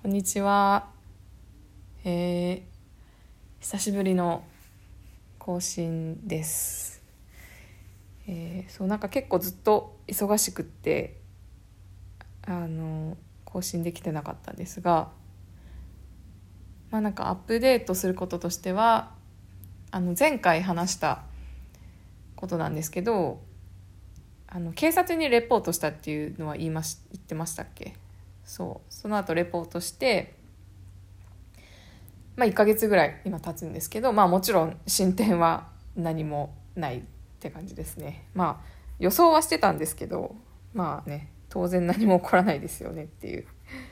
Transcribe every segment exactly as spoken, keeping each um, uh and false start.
こんにちは、えー、久しぶりの更新です、えー、そうなんか結構ずっと忙しくってあの更新できてなかったんですが、まあなんかアップデートすることとしてはあの前回話したことなんですけど、あの警察にレポートしたっていうのは言いまし言ってましたっけ。そうその後レポートしてまあ、いっかげつぐらい今経つんですけど、まあ、もちろん進展は何もないって感じですね。まあ予想はしてたんですけど、まあね当然何も起こらないですよねっていう。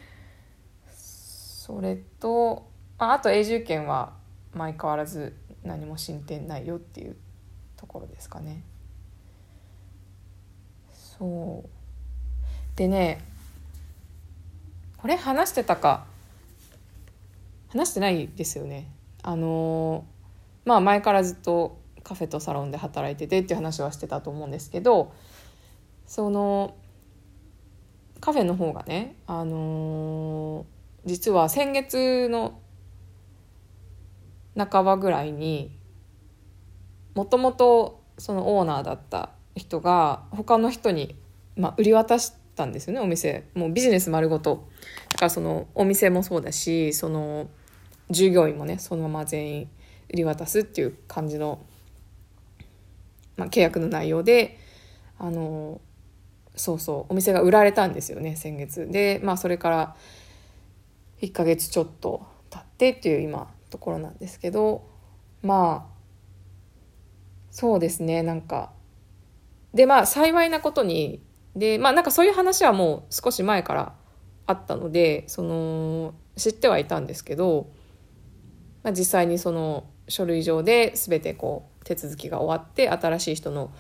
それと、まあ、あと永住権は相変わらず何も進展ないよっていうところですかね。そうでね、これ話してたか話してないですよね。あのまあ前からずっとカフェとサロンで働いててっていう話はしてたと思うんですけど、そのカフェの方がね、あの実は先月の半ばぐらいにもともとそのオーナーだった人が他の人に、まあ、売り渡したんですよね、お店。もうビジネス丸ごとだから、そのお店もそうだし、その従業員もねそのまま全員売り渡すっていう感じの、まあ、契約の内容で、あのそうそうお店が売られたんですよね、先月で。まあそれからいっかげつちょっと経ってっていう今ところなんですけど、まあそうですね、なんかでまあ幸いなことにで、まあなんかそういう話はもう少し前からあったので、その知ってはいたんですけど、まあ、実際にその書類上で全てこう手続きが終わって新しい人の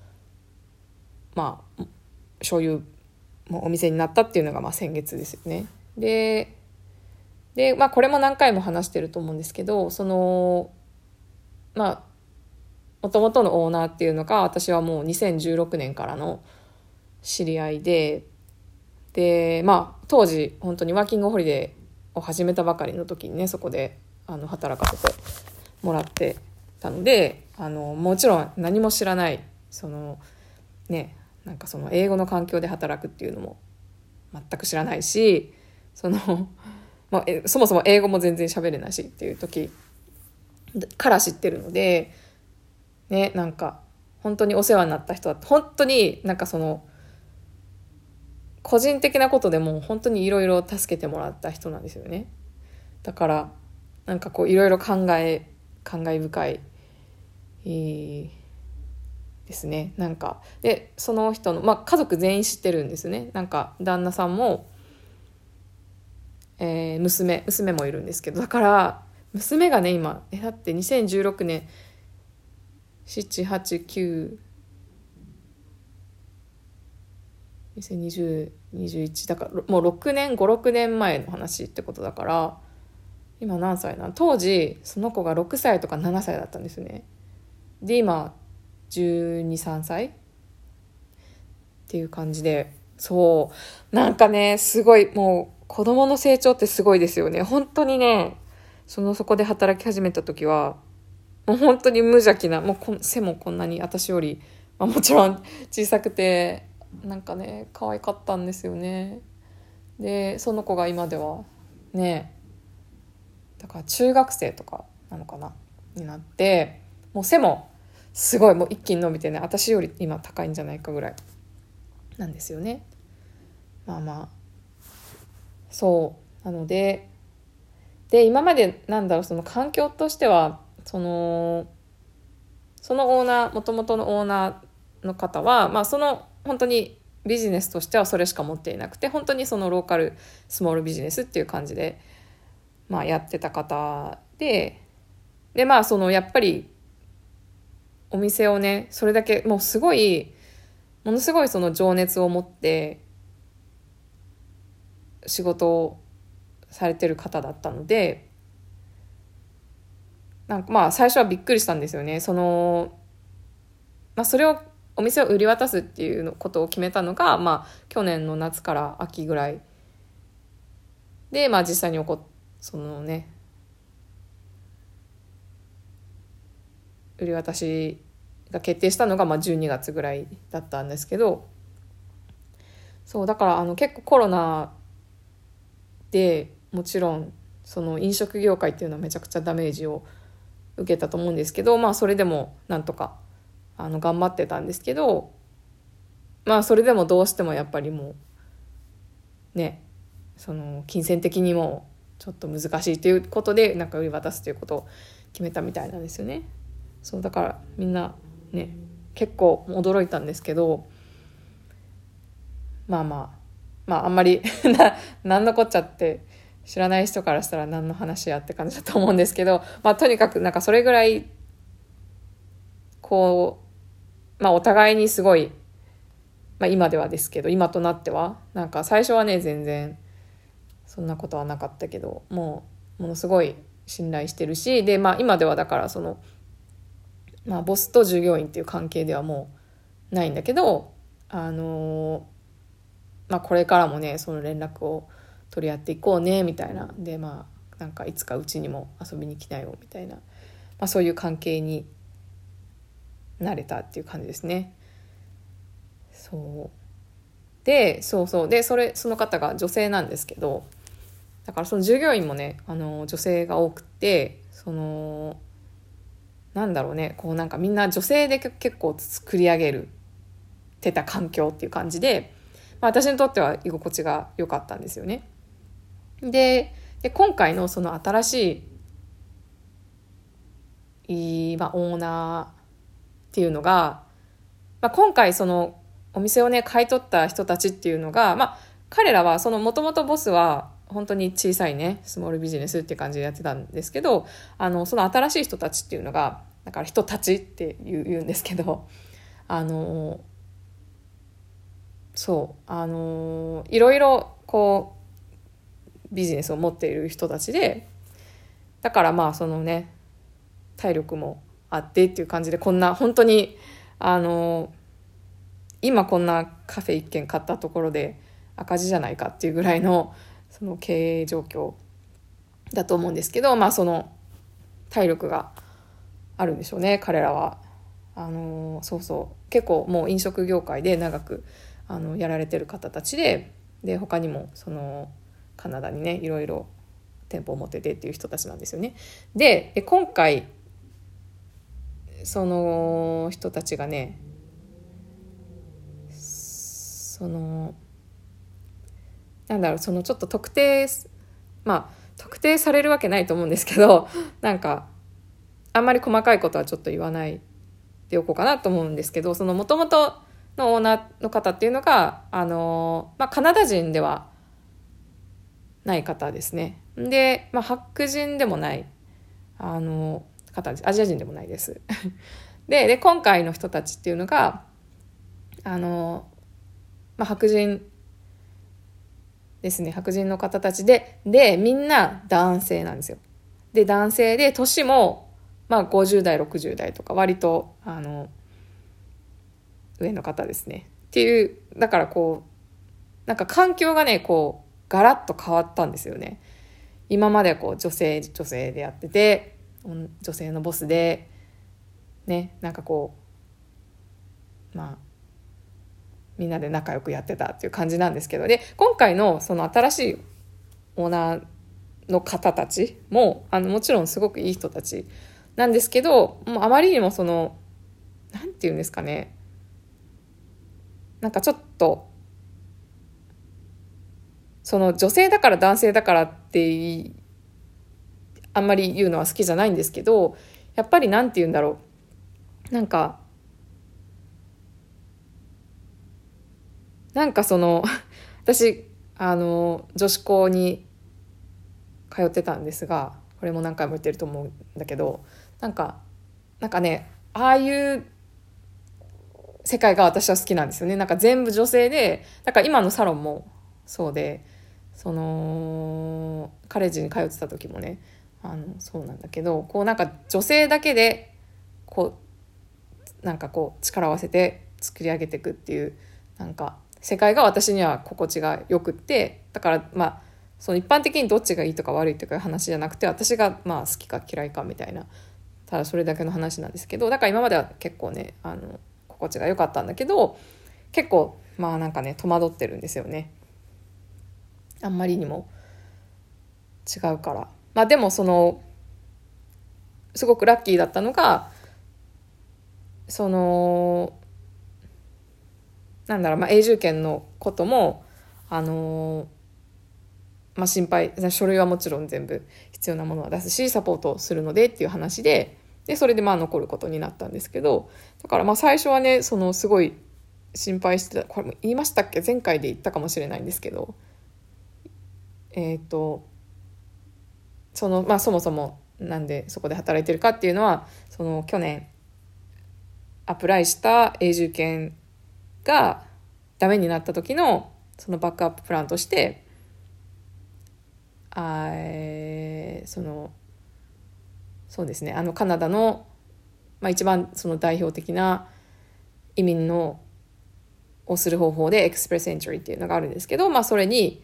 まあ所有もお店になったっていうのがまあ先月ですよね。でで、まあ、これも何回も話してると思うんですけど、そのまあもともとのオーナーっていうのが私はもうにせんじゅうろくねんからの知り合いで、でまあ当時本当にワーキングホリデーを始めたばかりの時にね、そこであの働かせてもらってたので、あのもちろん何も知らない、そのねなんかその英語の環境で働くっていうのも全く知らないし、その、まあ、そもそも英語も全然喋れないしっていう時から知ってるので、ね、なんか本当にお世話になった人は本当になんかその個人的なことでも本当にいろいろ助けてもらった人なんですよね。だからなんかこういろいろ考え感慨深い、えー、ですね。なんかでその人の、まあ、家族全員知ってるんですね。なんか旦那さんも、えー、娘娘もいるんですけど、だから娘がね今えだってにせんじゅうろくねんななはちきゅうにせんにじゅう、にじゅういちだからもうろくねんごろくねんまえの話ってことだから、今何歳なの、当時その子がろくさいとかななさいだったんですね。で今じゅうに、さんさいっていう感じで、そうなんかねすごい、もう子供の成長ってすごいですよね本当にね。そのそこで働き始めた時はもう本当に無邪気な、もうこ背もこんなに私より、まあ、もちろん小さくてなんかね可愛かったんですよね。でその子が今ではね、だから中学生とかなのかなになって、もう背もすごいもう一気に伸びてね、私より今高いんじゃないかぐらいなんですよね。まあまあそうなのでで今までなんだろう、その環境としてはそのそのオーナーもともとのオーナーの方は、まあ、その本当にビジネスとしてはそれしか持っていなくて、本当にそのローカルスモールビジネスっていう感じで、まあ、やってた方ででまあそのやっぱりお店をねそれだけもうすごいものすごいその情熱を持って仕事をされてる方だったので、なんかまあ最初はびっくりしたんですよね。その、まあ、それをお店を売り渡すっていうことを決めたのが、まあ、去年の夏から秋ぐらいで、まあ実際に起こっそのね売り渡しが決定したのがまあじゅうにがつぐらいだったんですけど、そうだからあの結構コロナでもちろんその飲食業界っていうのはめちゃくちゃダメージを受けたと思うんですけど、まあそれでもなんとかあの頑張ってたんですけど、まあそれでもどうしてもやっぱりもうねその金銭的にもちょっと難しいということでなんか売り渡すということを決めたみたいなんですよね。そうだからみんなね結構驚いたんですけど、まあまあまああんまりな何のこっちゃって知らない人からしたら何の話やって感じだと思うんですけど、まあとにかくなんかそれぐらいこうまあお互いにすごい、まあ、今ではですけど今となってはなんか最初はね全然そんなことはなかったけどもうものすごい信頼してるし、でまあ今ではだからそのまあボスと従業員っていう関係ではもうないんだけど、あのー、まあこれからもねその連絡を取り合っていこうねみたいなで、まあなんかいつかうちにも遊びに来なよみたいな、まあ、そういう関係になれたっていう感じですね。そうでそうそうでそれその方が女性なんですけど、だからその従業員もねあの女性が多くて、そのなんだろうねこうなんかみんな女性で結構作り上げるてた環境っていう感じで、まあ、私にとっては居心地が良かったんですよね。で、で今回のその新しい、まあ、オーナーっていうのが、まあ、今回そのお店をね買い取った人たちっていうのが、まあ、彼らはそのもともとボスは本当に小さいねスモールビジネスっていう感じでやってたんですけど、あのその新しい人たちっていうのがだから人たちって言う、言うんですけど、あのそうあのいろいろこうビジネスを持っている人たちで、だからまあそのね体力もあってっていう感じで、こんな本当にあの今こんなカフェ一軒買ったところで赤字じゃないかっていうぐらいのその経営状況だと思うんですけど、まあその体力があるんでしょうね彼らは。あのそうそう結構もう飲食業界で長くあのやられてる方たちで、で他にもそのカナダにねいろいろ店舗を持っててっていう人たちなんですよね。で、で今回その人たちがねそのなんだろうそのちょっと特定まあ特定されるわけないと思うんですけど、なんかあんまり細かいことはちょっと言わないでおこうかなと思うんですけど、その元々のオーナーの方っていうのがあの、まあ、カナダ人ではない方ですね。で、まあ、白人でもないあの方です。アジア人でもないですで, で今回の人たちっていうのがあの、まあ、白人ですね白人の方たちででみんな男性なんですよ。で男性で年も、まあ、ごじゅう代ろくじゅう代とか割とあの上の方ですねっていう、だからこうなんか環境がねこうガラッと変わったんですよね。今までこう女性女性でやってて女性のボスでねなんかこうまあみんなで仲良くやってたっていう感じなんですけど、で今回のその新しいオーナーの方たちもあのもちろんすごくいい人たちなんですけど、もうあまりにもそのなんていうんですかね、なんかちょっとその女性だから男性だからってあんまり言うのは好きじゃないんですけど、やっぱりなんて言うんだろう、なんかなんかその私あの女子校に通ってたんですが、これも何回も言ってると思うんだけど、なんかなんかねああいう世界が私は好きなんですよね。なんか全部女性で、だから今のサロンもそうで、そのカレッジに通ってた時もねあのそうなんだけど、こうなんか女性だけでこうなんかこう力を合わせて作り上げていくっていうなんか世界が私には心地がよくって、だからまあその一般的にどっちがいいとか悪いとかいう話じゃなくて、私がまあ好きか嫌いかみたいな、ただそれだけの話なんですけど、だから今までは結構ねあの心地が良かったんだけど、結構まあなんかね戸惑ってるんですよね。あんまりにも違うから。まあでもそのすごくラッキーだったのが、そのなんだろう、まあ、永住権のこともあのまあ、心配、書類はもちろん全部必要なものは出すしサポートするのでっていう話で、でそれでまあ残ることになったんですけど、だからまあ最初はねそのすごい心配してた。これも言いましたっけ、前回で言ったかもしれないんですけど、えっとそのまあそもそもなんでそこで働いてるかっていうのは、その去年アプライした永住権がダメになった時のそのバックアッププランとして、あえー、そのそうですねあのカナダの、まあ、一番その代表的な移民のをする方法でエクスプレスエントリーっていうのがあるんですけど、まあ、それに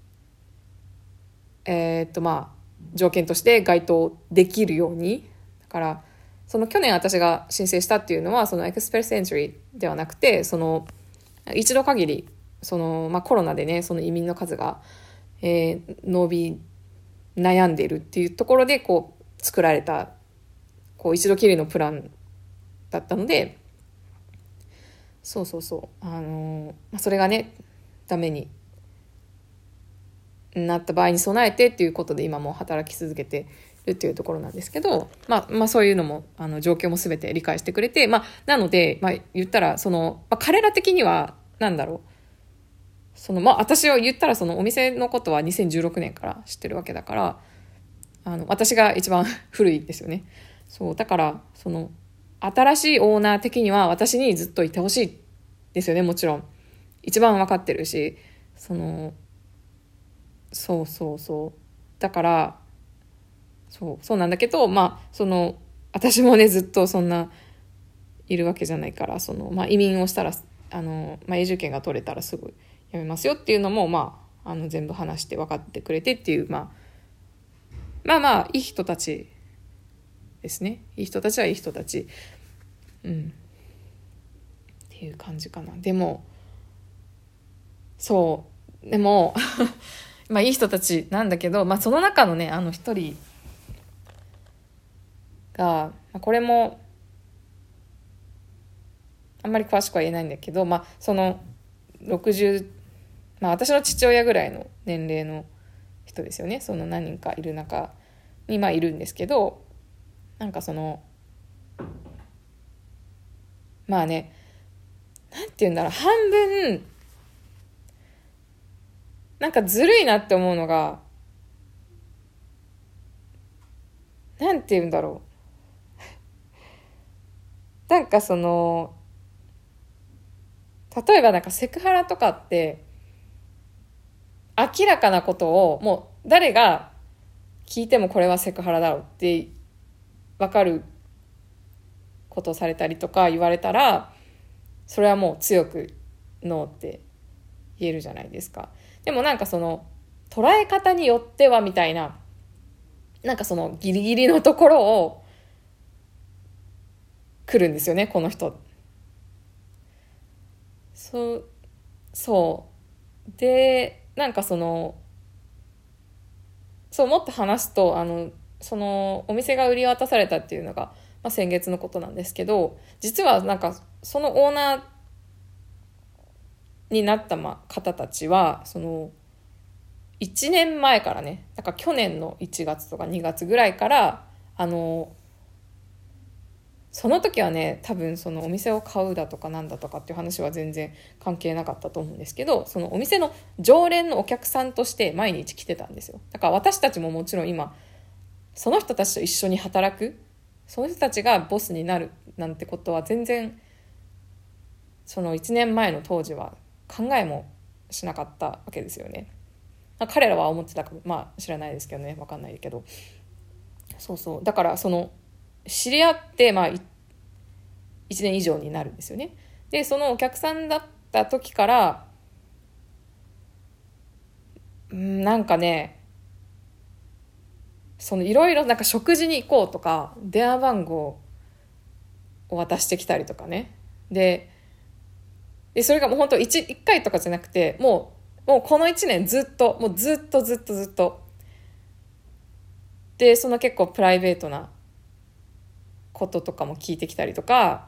えー、っとまあ条件として該当できるように、だからその去年私が申請したっていうのはそのエクスプレスエントリーではなくて、その一度限りその、まあ、コロナでねその移民の数が、えー、伸び悩んでいるっていうところでこう作られたこう一度きりのプランだったので、そうそうそうあのー、それがねダメになった場合に備えてっていうことで今も働き続けてるっていうところなんですけど、まあ、まあそういうのもあの状況も全て理解してくれて、まあ、なので、まあ、言ったらその、まあ、彼ら的にはなんだろう、そのまあ私は言ったらそのお店のことはにせんじゅうろくねんから知ってるわけだから、あの私が一番古いですよね。そうだからその新しいオーナー的には私にずっといてほしいですよね。もちろん一番分かってるし、そのそうそうそうだからそうそうなんだけど、まあその私もねずっとそんないるわけじゃないから、その、まあ、移民をしたらあの、まあ、永住権が取れたらすぐ辞めますよっていうのも、まあ、あの全部話して分かってくれてっていう、まあ、まあまあいい人たちですね。いい人たちはいい人たち、うんっていう感じかな。でもそうでもまあいい人たちなんだけど、まあ、その中のねあの一人が、これもあんまり詳しくは言えないんだけど、まあ、そのろくじゅう、まあ、私の父親ぐらいの年齢の人ですよね。その何人かいる中にまあいるんですけど、なんかそのまあねなんて言うんだろう、半分なんかずるいなって思うのが、なんて言うんだろう、なんかその例えばなんかセクハラとかって明らかなことをもう誰が聞いてもこれはセクハラだろうって分かることをされたりとか言われたら、それはもう強くノーって言えるじゃないですか。でもなんかその捉え方によってはみたいな、なんかそのギリギリのところを来るんですよねこの人。そうそうでなんかそのそうもっと話すと、あのそのお店が売り渡されたっていうのが、まあ、先月のことなんですけど、実はなんかそのオーナーになったま方たちはそのいちねんまえからね、だから去年のいちがつとかにがつぐらいからあのその時はね多分そのお店を買うだとかなんだとかっていう話は全然関係なかったと思うんですけど、そのお店の常連のお客さんとして毎日来てたんですよ。だから私たちももちろん今その人たちと一緒に働く、その人たちがボスになるなんてことは全然そのいちねんまえの当時は考えもしなかったわけですよね。彼らは思ってたかも、まあ知らないですけどね、分かんないけど、そうそうだからその知り合ってまあいちねん以上になるんですよね。でそのお客さんだった時からなんかね、そのいろいろなんか食事に行こうとか電話番号を渡してきたりとかね。で、でそれがもう本当 1, 1回とかじゃなくて、もうもうこのいちねんずっともうずっとずっとずっとで、その結構プライベートなこととかも聞いてきたりとか、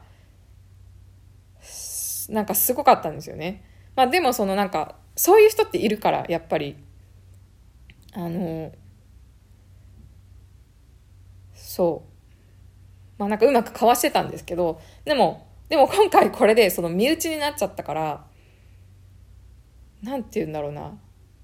なんかすごかったんですよね。まあでもそのなんかそういう人っているから、やっぱりあのそうまあなんかうまくかわしてたんですけど、でもでも今回これでその身内になっちゃったから、なんて言うんだろうな、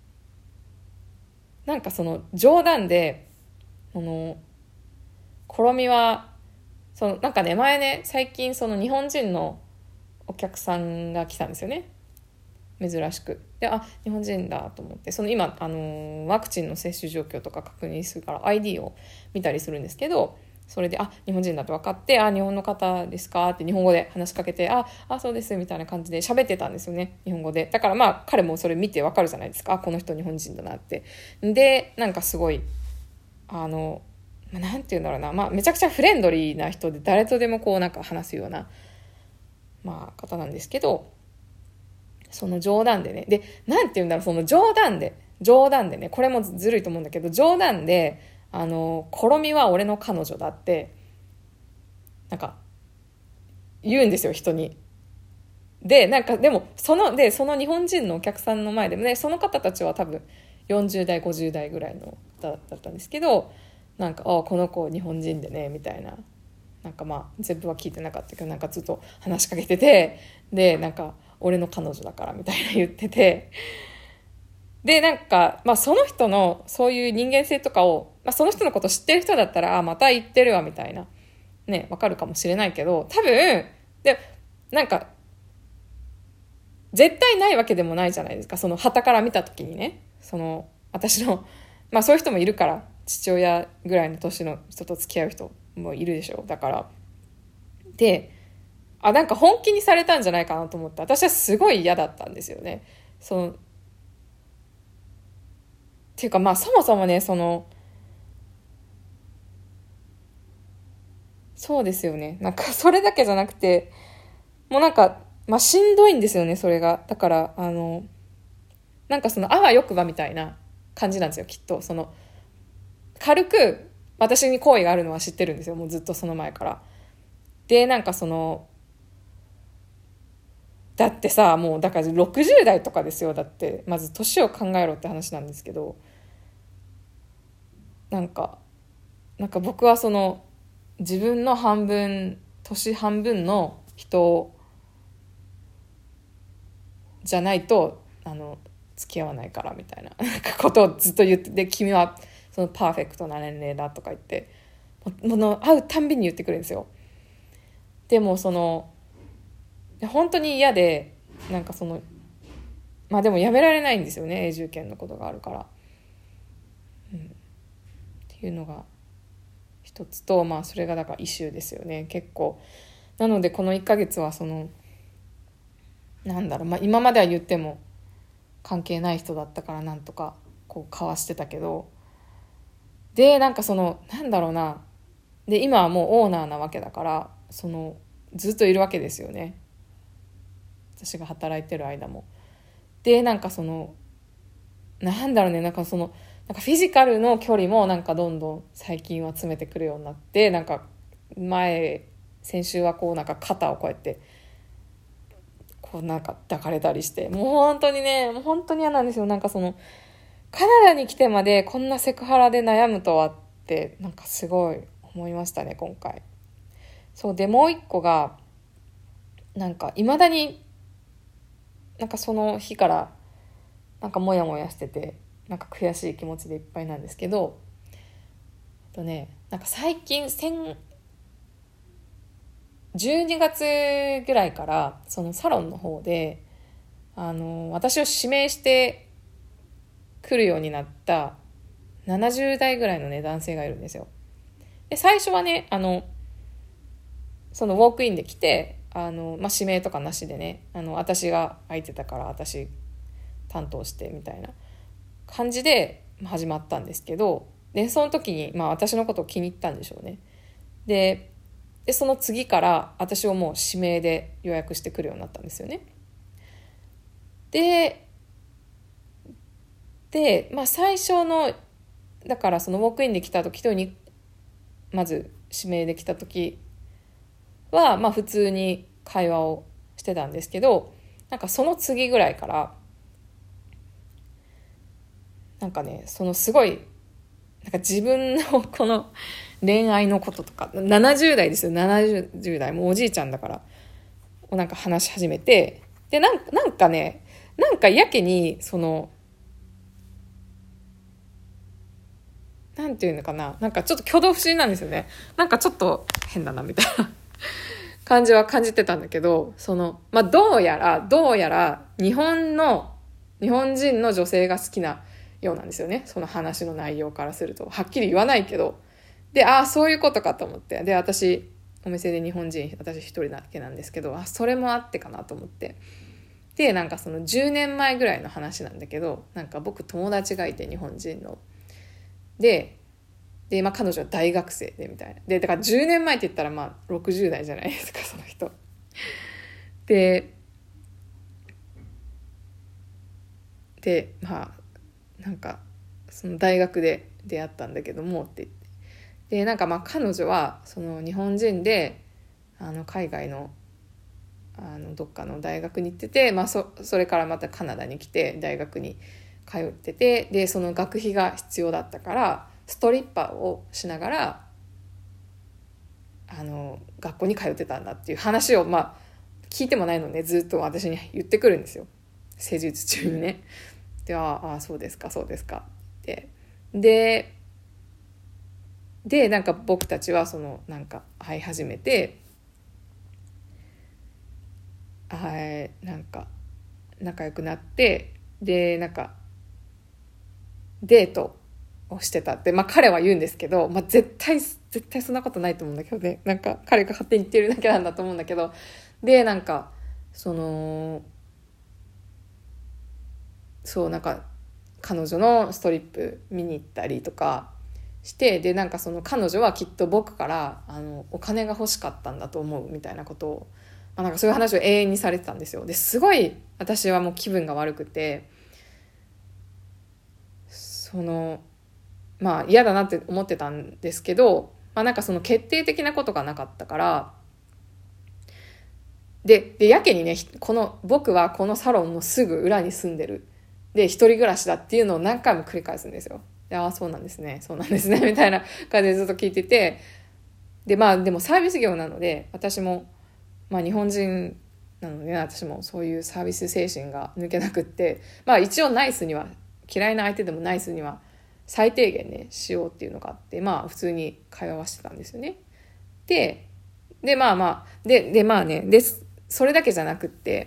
なんかその冗談で、あのコロミはそのなんかね、前ね、最近その日本人のお客さんが来たんですよね、珍しく。で、あ、日本人だと思って、その今、あのーワクチンの接種状況とか確認するから アイディー を見たりするんですけど、それで、あ、日本人だと分かって、あ、日本の方ですかって日本語で話しかけて、あ、あ、そうですみたいな感じで喋ってたんですよね、日本語で。だからまあ彼もそれ見て分かるじゃないですか、あ、この人日本人だなって。で、なんかすごいあの、まあ、なんて言うんだろうな、まあ、めちゃくちゃフレンドリーな人で、誰とでもこうなんか話すような、まあ、方なんですけど、その冗談でね、で、なんて言うんだろう、その冗談で冗談でね、これもずるいと思うんだけど、冗談で、あのコロミは俺の彼女だってなんか言うんですよ、人に。で、なんかでもそのでその日本人のお客さんの前でもね、その方たちは多分よんじゅう代ごじゅう代ぐらいの方だったんですけど、なんか、あ、この子日本人でねみたいな、なんかまあ全部は聞いてなかったけど、なんかずっと話しかけてて、で、なんか俺の彼女だからみたいな言ってて、で、なんか、まあその人のそういう人間性とかを、まあその人のこと知ってる人だったら、あ、また言ってるわみたいな、ね、わかるかもしれないけど、多分、で、なんか、絶対ないわけでもないじゃないですか。その傍から見た時にね、その私の、まあそういう人もいるから、父親ぐらいの年の人と付き合う人もいるでしょ。だからで、あ、なんか本気にされたんじゃないかなと思って、私はすごい嫌だったんですよね。そのっていうか、まあそもそもね、そのそうですよね、なんかそれだけじゃなくて、もうなんか、まあしんどいんですよね、それが。だからあのなんかそのあわよくばみたいな感じなんですよ、きっと。その軽く私に好意があるのは知ってるんですよ、もうずっとその前から。で、なんかそのだってさ、もうだからろくじゅう代とかですよ。だってまず年を考えろって話なんですけど、なんかなんか僕はその自分の半分年半分の人じゃないとあの付き合わないからみたいななんかことをずっと言って、で君はそのパーフェクトな年齢だとか言って、もの会うたんびに言ってくるんですよ。でもその本当に嫌で、なんかそのまあでもやめられないんですよね、永住権のことがあるから、うん、っていうのが一つと、まあそれがだからイシューですよね、結構。なのでこのいっかげつはそのなんだろう、まあ今までは言っても関係ない人だったからなんとかこうかわしてたけど、でなんかそのなんだろうな、で今はもうオーナーなわけだから、そのずっといるわけですよね、私が働いてる間も。でなんかそのなんだろうね、なんかそのなんかフィジカルの距離もなんかどんどん最近は詰めてくるようになって、なんか前先週はこうなんか肩をこうやってこうなんか抱かれたりして、もう本当にね、もう本当に嫌なんですよ。なんかそのカナダに来てまでこんなセクハラで悩むとはってなんかすごい思いましたね、今回。そうで、もう一個がなんかいまだになんかその日からなんかモヤモヤしてて、なんか悔しい気持ちでいっぱいなんですけど、えっとね、なんか最近先じゅうにがつぐらいからそのサロンの方であの私を指名してくるようになったななじゅう代ぐらいのね男性がいるんですよ。で最初はね、あのそのウォークインで来て、あの、まあ、指名とかなしでね、あの私が空いてたから私担当してみたいな感じで始まったんですけど、でその時に、まあ、私のことを気に入ったんでしょうね。ででその次から私をもう指名で予約してくるようになったんですよね。でで、まあ、最初のだからそのウォークインで来た時とにまず指名で来た時は、まあ、普通に会話をしてたんですけど、なんかその次ぐらいからなんかね、そのすごいなんか自分のこの恋愛のこととか、ななじゅう代ですよ、ななじゅう代、もうおじいちゃんだからをなんか話し始めて、でなんかなんかね、なんかやけにそのなんていうのかな、なんかちょっと挙動不審なんですよね。なんかちょっと変だなみたいな感じは感じてたんだけど、そのまあどうやらどうやら日本の日本人の女性が好きなようなんですよね。その話の内容からするとはっきり言わないけど、でああそういうことかと思って、で私お店で日本人私一人だけなんですけど、あそれもあってかなと思って、でなんかそのじゅうねんまえぐらいの話なんだけど、なんか僕友達がいて日本人のでで、まあ、彼女は大学生でみたいなで、だからじゅうねんまえって言ったらまあろくじゅう代じゃないですかその人ででまあなんかその大学で出会ったんだけどもって言って、でなんかまあ彼女はその日本人であの海外のあのどっかの大学に行ってて、まあ、そ, それからまたカナダに来て大学に通ってて、でその学費が必要だったからストリッパーをしながらあの学校に通ってたんだっていう話を、まあ、聞いてもないので、ね、ずっと私に言ってくるんですよ、施術中にね。でああそうですかそうですかってででなんか僕たちはそのなんか会い始めて、はいなんか仲良くなって、でなんかデートをしてたって、まあ、彼は言うんですけど、まあ、絶対絶対そんなことないと思うんだけどね、なんか彼が勝手に言ってるだけなんだと思うんだけど、でなんかそのそうなんか彼女のストリップ見に行ったりとかして、でなんかその彼女はきっと僕からあのお金が欲しかったんだと思うみたいなことを、まあ、なんかそういう話を永遠にされてたんですよ。ですごい私はもう気分が悪くて、そのまあ嫌だなって思ってたんですけど、まあ、なんかその決定的なことがなかったから、ででやけにね、この僕はこのサロンのすぐ裏に住んでる、で一人暮らしだっていうのを何回も繰り返すんですよ。でああそうなんですねそうなんですねみたいな感じでずっと聞いてて、でまあでもサービス業なので私も、まあ、日本人なので、ね、私もそういうサービス精神が抜けなくって、まあ一応ナイスには、嫌いな相手でもナイスには最低限ねしようっていうのがあって、まあ普通に会話はしてたんですよね。ででまあまあででまあねでそれだけじゃなくって、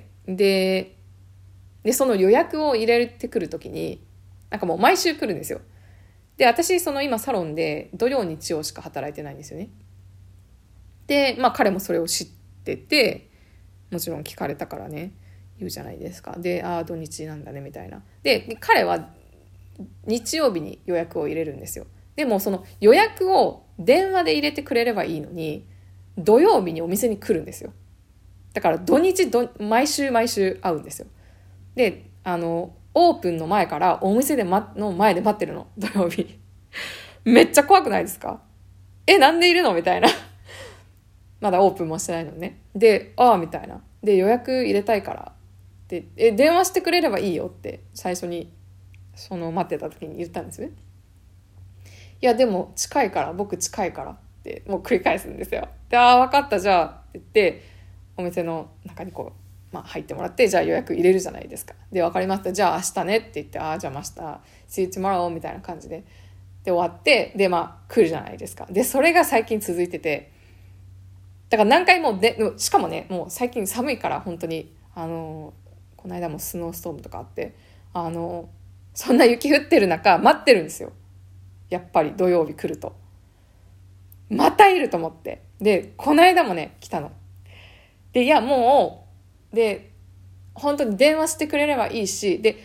ででその予約を入れてくるときになんかもう毎週来るんですよ。で私その今サロンで土曜日曜しか働いてないんですよね。でまあ彼もそれを知ってて、もちろん聞かれたからね言うじゃないですか。でああ土日なんだねみたいな。で彼は日曜日に予約を入れるんですよ。でもその予約を電話で入れてくれればいいのに土曜日にお店に来るんですよ。だから土日ど毎週毎週会うんですよ。であのオープンの前からお店で、ま、の前で待ってるの土曜日めっちゃ怖くないですか？えなんでいるのみたいなまだオープンもしてないのね。でああみたいな、で予約入れたいからでえ電話してくれればいいよって最初にその待ってた時に言ったんですね。いやでも近いから僕近いからってもう繰り返すんですよ。でああ分かったじゃあって言ってお店の中にこう、まあ、入ってもらって、じゃあ予約入れるじゃないですか。で分かりましたじゃあ明日ねって言って、ああじゃあ明日 See you tomorrow みたいな感じでで終わって、でまあ来るじゃないですか。でそれが最近続いてて、だから何回もでしかもねもう最近寒いから本当にあのこの間もスノーストームとかあって、あのそんな雪降ってる中待ってるんですよ。やっぱり土曜日来るとまたいると思って、でこの間もね来たので、いやもうで本当に電話してくれればいいし、で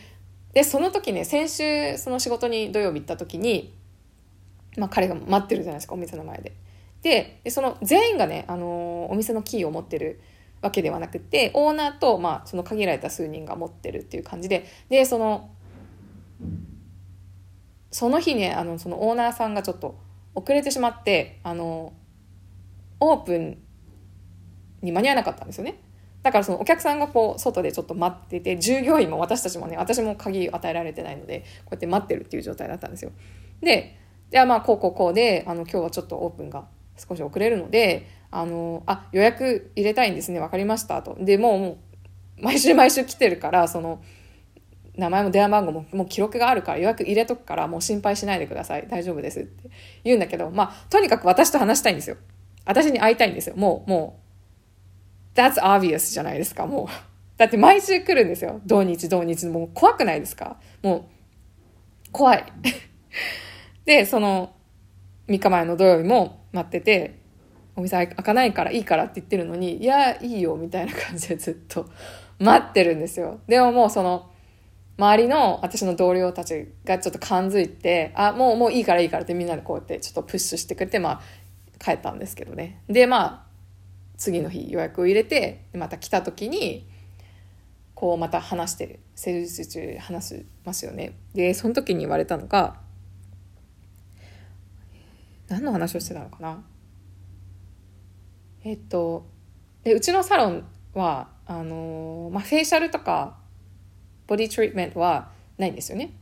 でその時ね、先週その仕事に土曜日行った時に、まあ、彼が待ってるじゃないですか、お店の前で。で、でその全員がね、あのーお店のキーを持ってるわけではなくて、オーナーと、まあ、その限られた数人が持ってるっていう感じで、でそのその日ね、あのそのオーナーさんがちょっと遅れてしまって、あのオープンに間に合わなかったんですよね。だからそのお客さんがこう外でちょっと待ってて、従業員も私たちもね、私も鍵与えられてないので、こうやって待ってるっていう状態だったんですよ。で、じゃあまあこうこうこうで、あの今日はちょっとオープンが少し遅れるので、あのあ予約入れたいんですね、わかりましたと。でもうもう毎週毎週来てるから、その名前も電話番号ももう記録があるから予約入れとくから、もう心配しないでください、大丈夫ですって言うんだけど、まあとにかく私と話したいんですよ。私に会いたいんですよ。もうもうThat's obvious じゃないですか、もう。だって毎週来るんですよ。土日土日。もう怖くないですか？もう、怖い。で、その、みっかまえの土曜日も待ってて、お店開かないからいいからって言ってるのに、いや、いいよ、みたいな感じでずっと待ってるんですよ。でももうその、周りの私の同僚たちがちょっと感づいて、あ、もう、もういいからいいからってみんなでこうやってちょっとプッシュしてくれて、まあ、帰ったんですけどね。で、まあ、次の日予約を入れて、また来た時にこうまた話してる、施術中話しますよね。でその時に言われたのが、何の話をしてたのかな。えっとでうちのサロンはあのーまあ、フェイシャルとかボディトリートメントはないんですよね。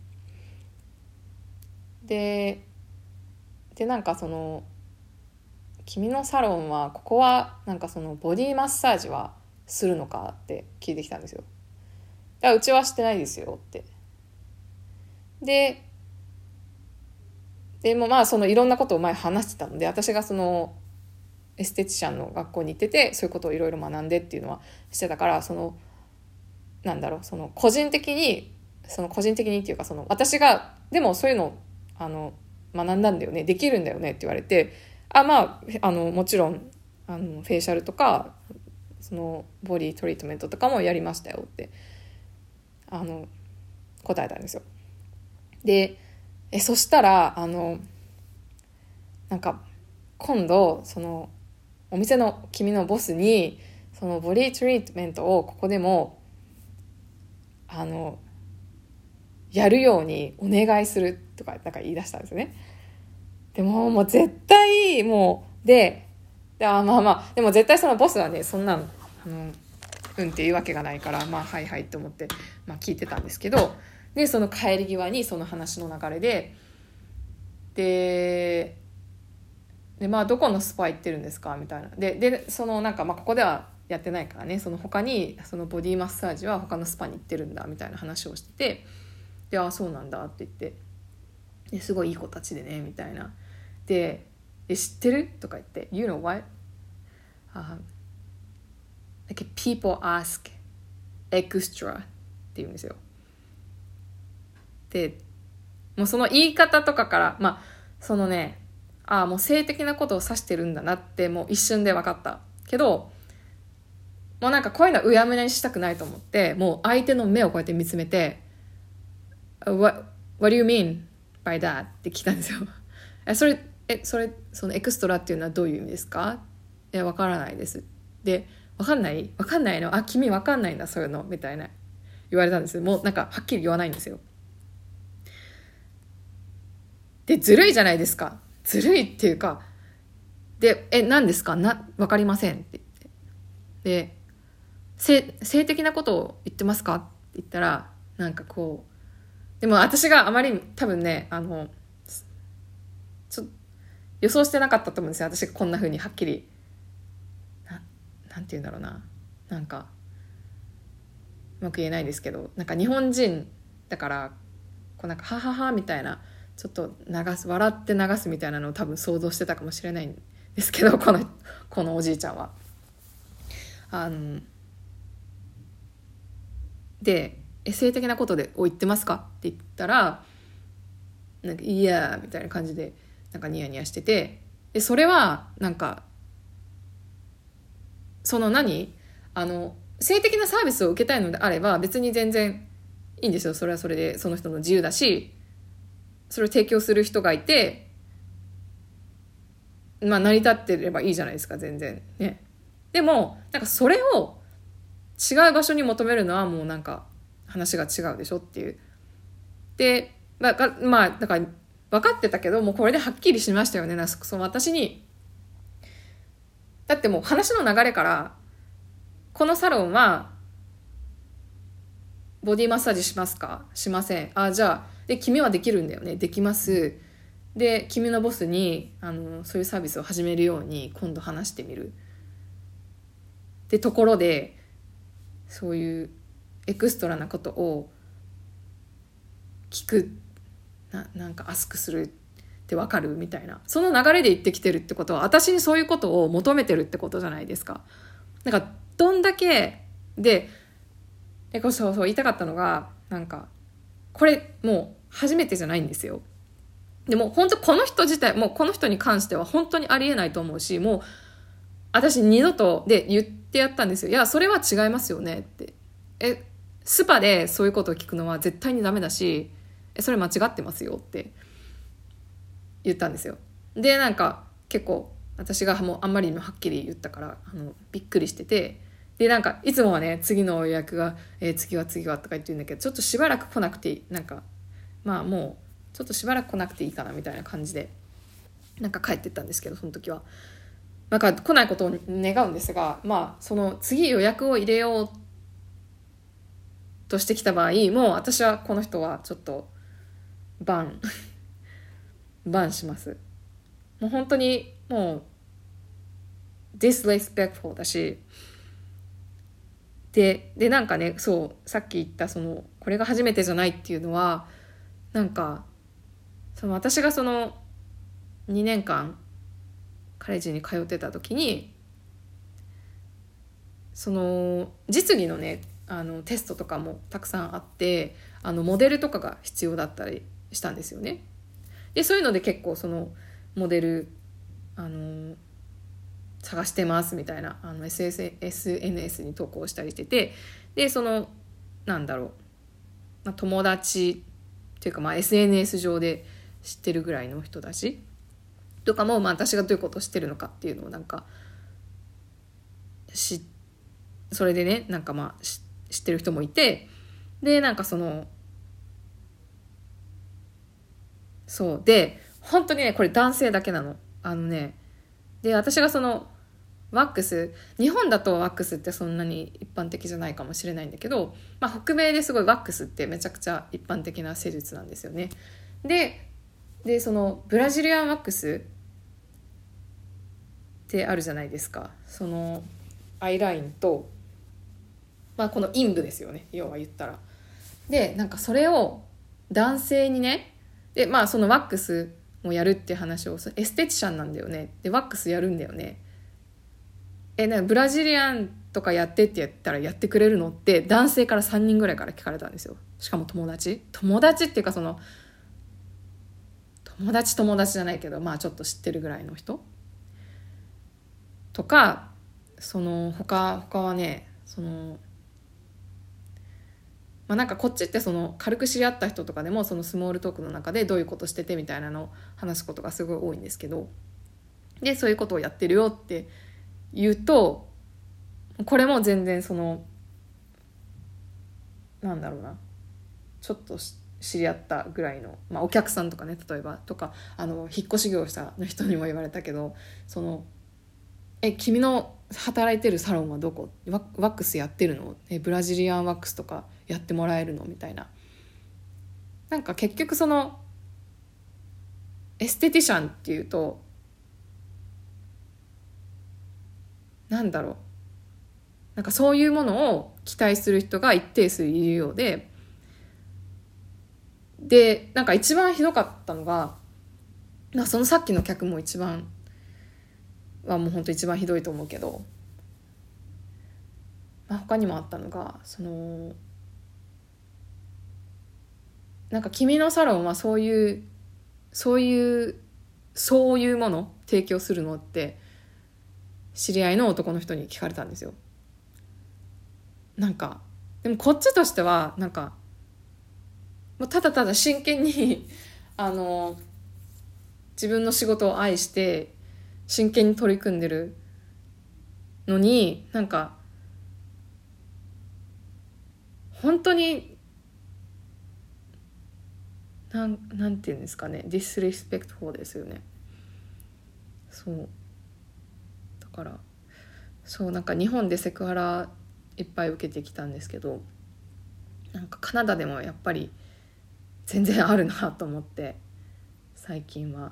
ででなんかその君のサロンはここはなんかそのボディマッサージはするのかって聞いてきたんですよ。だからうちはしてないですよって。ででもまあそのいろんなことを前話してたので、私がそのエステティシャンの学校に行ってて、そういうことをいろいろ学んでっていうのはしてたから、そのなんだろう、その個人的にその個人的にっていうか、その私がでもそういうのあの学んだんだよね、できるんだよねって言われて、あ、まあ、あのもちろんあのフェイシャルとかそのボディトリートメントとかもやりましたよってあの答えたんですよ。でえそしたらあのなんか今度そのお店の君のボスにそのボディトリートメントをここでもあのやるようにお願いするとかなんか言い出したんですよね。でももう絶対もうでであまあまあでも絶対そのボスはね、そんなのあのうんっていうわけがないから、まあはいはいって思って、まあ、聞いてたんですけど、でその帰り際にその話の流れでででまあどこのスパ行ってるんですかみたいな。ででそのなんかまあここではやってないからね、その他にそのボディマッサージは他のスパに行ってるんだみたいな話をしてて、であそうなんだって言って、ですごいいい子たちでねみたいな。でえ知ってるとか言って You know what?、Uh, like people ask extra って言うんですよ。でもうその言い方とかからまあそのね、ああもう性的なことを指してるんだなってもう一瞬で分かったけど、もうなんかこういうのうやむやにしたくないと思って、もう相手の目をこうやって見つめて What, what do you mean by that? って聞いたんですよ。えそれえそれそのエクストラっていうのはどういう意味ですか？えわからないです。でわかんないわかんないの、あ君わかんないんだそういうのみたいな言われたんですよ。もうなんかはっきり言わないんですよ。でずるいじゃないですか。ずるいっていうか、でえ何ですかなわかりませんって言って、で性性的なことを言ってますかって言ったら、なんかこうでも私があまり多分ねあのちょっと予想してなかったと思うんですよ。私がこんな風にはっきり な, なんて言うんだろうな、なんかうまく言えないですけど、なんか日本人だからこうなんかはははみたいなちょっと流す笑って流すみたいなのを多分想像してたかもしれないんですけど、このこのおじいちゃんはあので性的なことでを言ってますかって言ったら、なんかいやみたいな感じでなんかニヤニヤしてて、でそれはなんかその何あの性的なサービスを受けたいのであれば別に全然いいんですよ。それはそれでその人の自由だし、それを提供する人がいて、まあ成り立ってればいいじゃないですか、全然ね。でもなんかそれを違う場所に求めるのはもうなんか話が違うでしょっていう。で、まあ、まあ、だから分かってたけど、もうこれではっきりしましたよね。その私に、だってもう話の流れから、このサロンはボディマッサージしますか？しません。あ、じゃあ、で、君はできるんだよね。できます。で、君のボスに、あの、そういうサービスを始めるように今度話してみる。で、ところで、そういうエクストラなことを聞く、な、なんかアスクするってわかるみたいな。その流れで言ってきてるってことは、私にそういうことを求めてるってことじゃないですか。なんか、どんだけ、で、でそうそう言いたかったのが、なんかこれもう初めてじゃないんですよ。でも本当この人自体、もうこの人に関しては本当にありえないと思うし、もう私二度とで言ってやったんですよ。いやそれは違いますよねって。えスパでそういうことを聞くのは絶対にダメだし、えそれ間違ってますよって言ったんですよ。でなんか結構私がもうあんまりにもはっきり言ったからあのびっくりしてて、でなんかいつもはね次の予約が、えー、次は次はとか言ってるんだけど、ちょっとしばらく来なくていい、なんかまあもうちょっとしばらく来なくていいかなみたいな感じでなんか帰ってったんですけど、その時はなんか来ないことを願うんですが、まあその次予約を入れようとしてきた場合、もう私はこの人はちょっとバンバンします。もう本当にもう disrespectful だし、で, でなんかね、そうさっき言ったそのこれが初めてじゃないっていうのは、なんかその私がそのにねんかんカレッジに通ってた時に、その実技のねあのテストとかもたくさんあって、あのモデルとかが必要だったりしたんですよね。でそういうので結構そのモデルあの探してますみたいなあの エスエヌエス に投稿したりしてて、でそのなんだろう、まあ、友達っていうか、まあ エスエヌエス 上で知ってるぐらいの人たちとかも、まあ、私がどういうことを知ってるのかっていうのをなんかしそれでねなんかまあ知ってる人もいて、でなんかそのそうで本当にねこれ男性だけなの。あのねで私がそのワックス、日本だとワックスってそんなに一般的じゃないかもしれないんだけど、まあ、北米ですごいワックスってめちゃくちゃ一般的な施術なんですよね。で、でそのブラジリアンワックスってあるじゃないですか。そのアイラインと、まあ、この陰部ですよね、要は言ったら。でなんかそれを男性にね、でまあそのワックスもやるっていう話を、エステティシャンなんだよね、でワックスやるんだよね、えなんかブラジリアンとかやってって言ったらやってくれるのって男性からさんにんぐらいから聞かれたんですよ。しかも友達友達っていうかその友達友達じゃないけど、まあちょっと知ってるぐらいの人とか、その他他はね、そのまあなんかこっちってその軽く知り合った人とかでもそのスモールトークの中でどういうことしててみたいなのを話すことがすごい多いんですけど、でそういうことをやってるよって言うと、これも全然そのなんだろうな、ちょっと知り合ったぐらいの、まあ、お客さんとかね、例えばとかあの引っ越し業者の人にも言われたけど、そのえ君の働いてるサロンはどこ、ワックスやってるの、えブラジリアンワックスとかやってもらえるのみたいな。なんか結局そのエステティシャンっていうとなんだろう、なんかそういうものを期待する人が一定数いるようで、でなんか一番ひどかったのが、そのさっきの客も一番はもう本当一番ひどいと思うけど、まあ、他にもあったのが、そのなんか君のサロンはそういうそういうそういうもの提供するのって知り合いの男の人に聞かれたんですよ。なんかでもこっちとしてはなんかもうただただ真剣にあの自分の仕事を愛して真剣に取り組んでるのに、なんか本当になんなんていうんですかね、ディスリスペクトフォーですよね。そうだからそうなんか日本でセクハラいっぱい受けてきたんですけど、なんかカナダでもやっぱり全然あるなと思って、最近は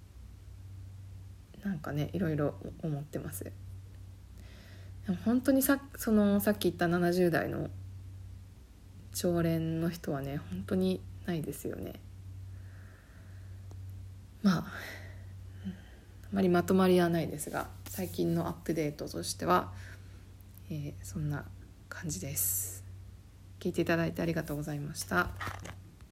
なんかねいろいろ思ってます。でも本当にさそのさっき言ったななじゅう代の常連の人はね本当にないですよね。まああまりまとまりはないですが、最近のアップデートとしては、えー、そんな感じです。聞いていただいてありがとうございました。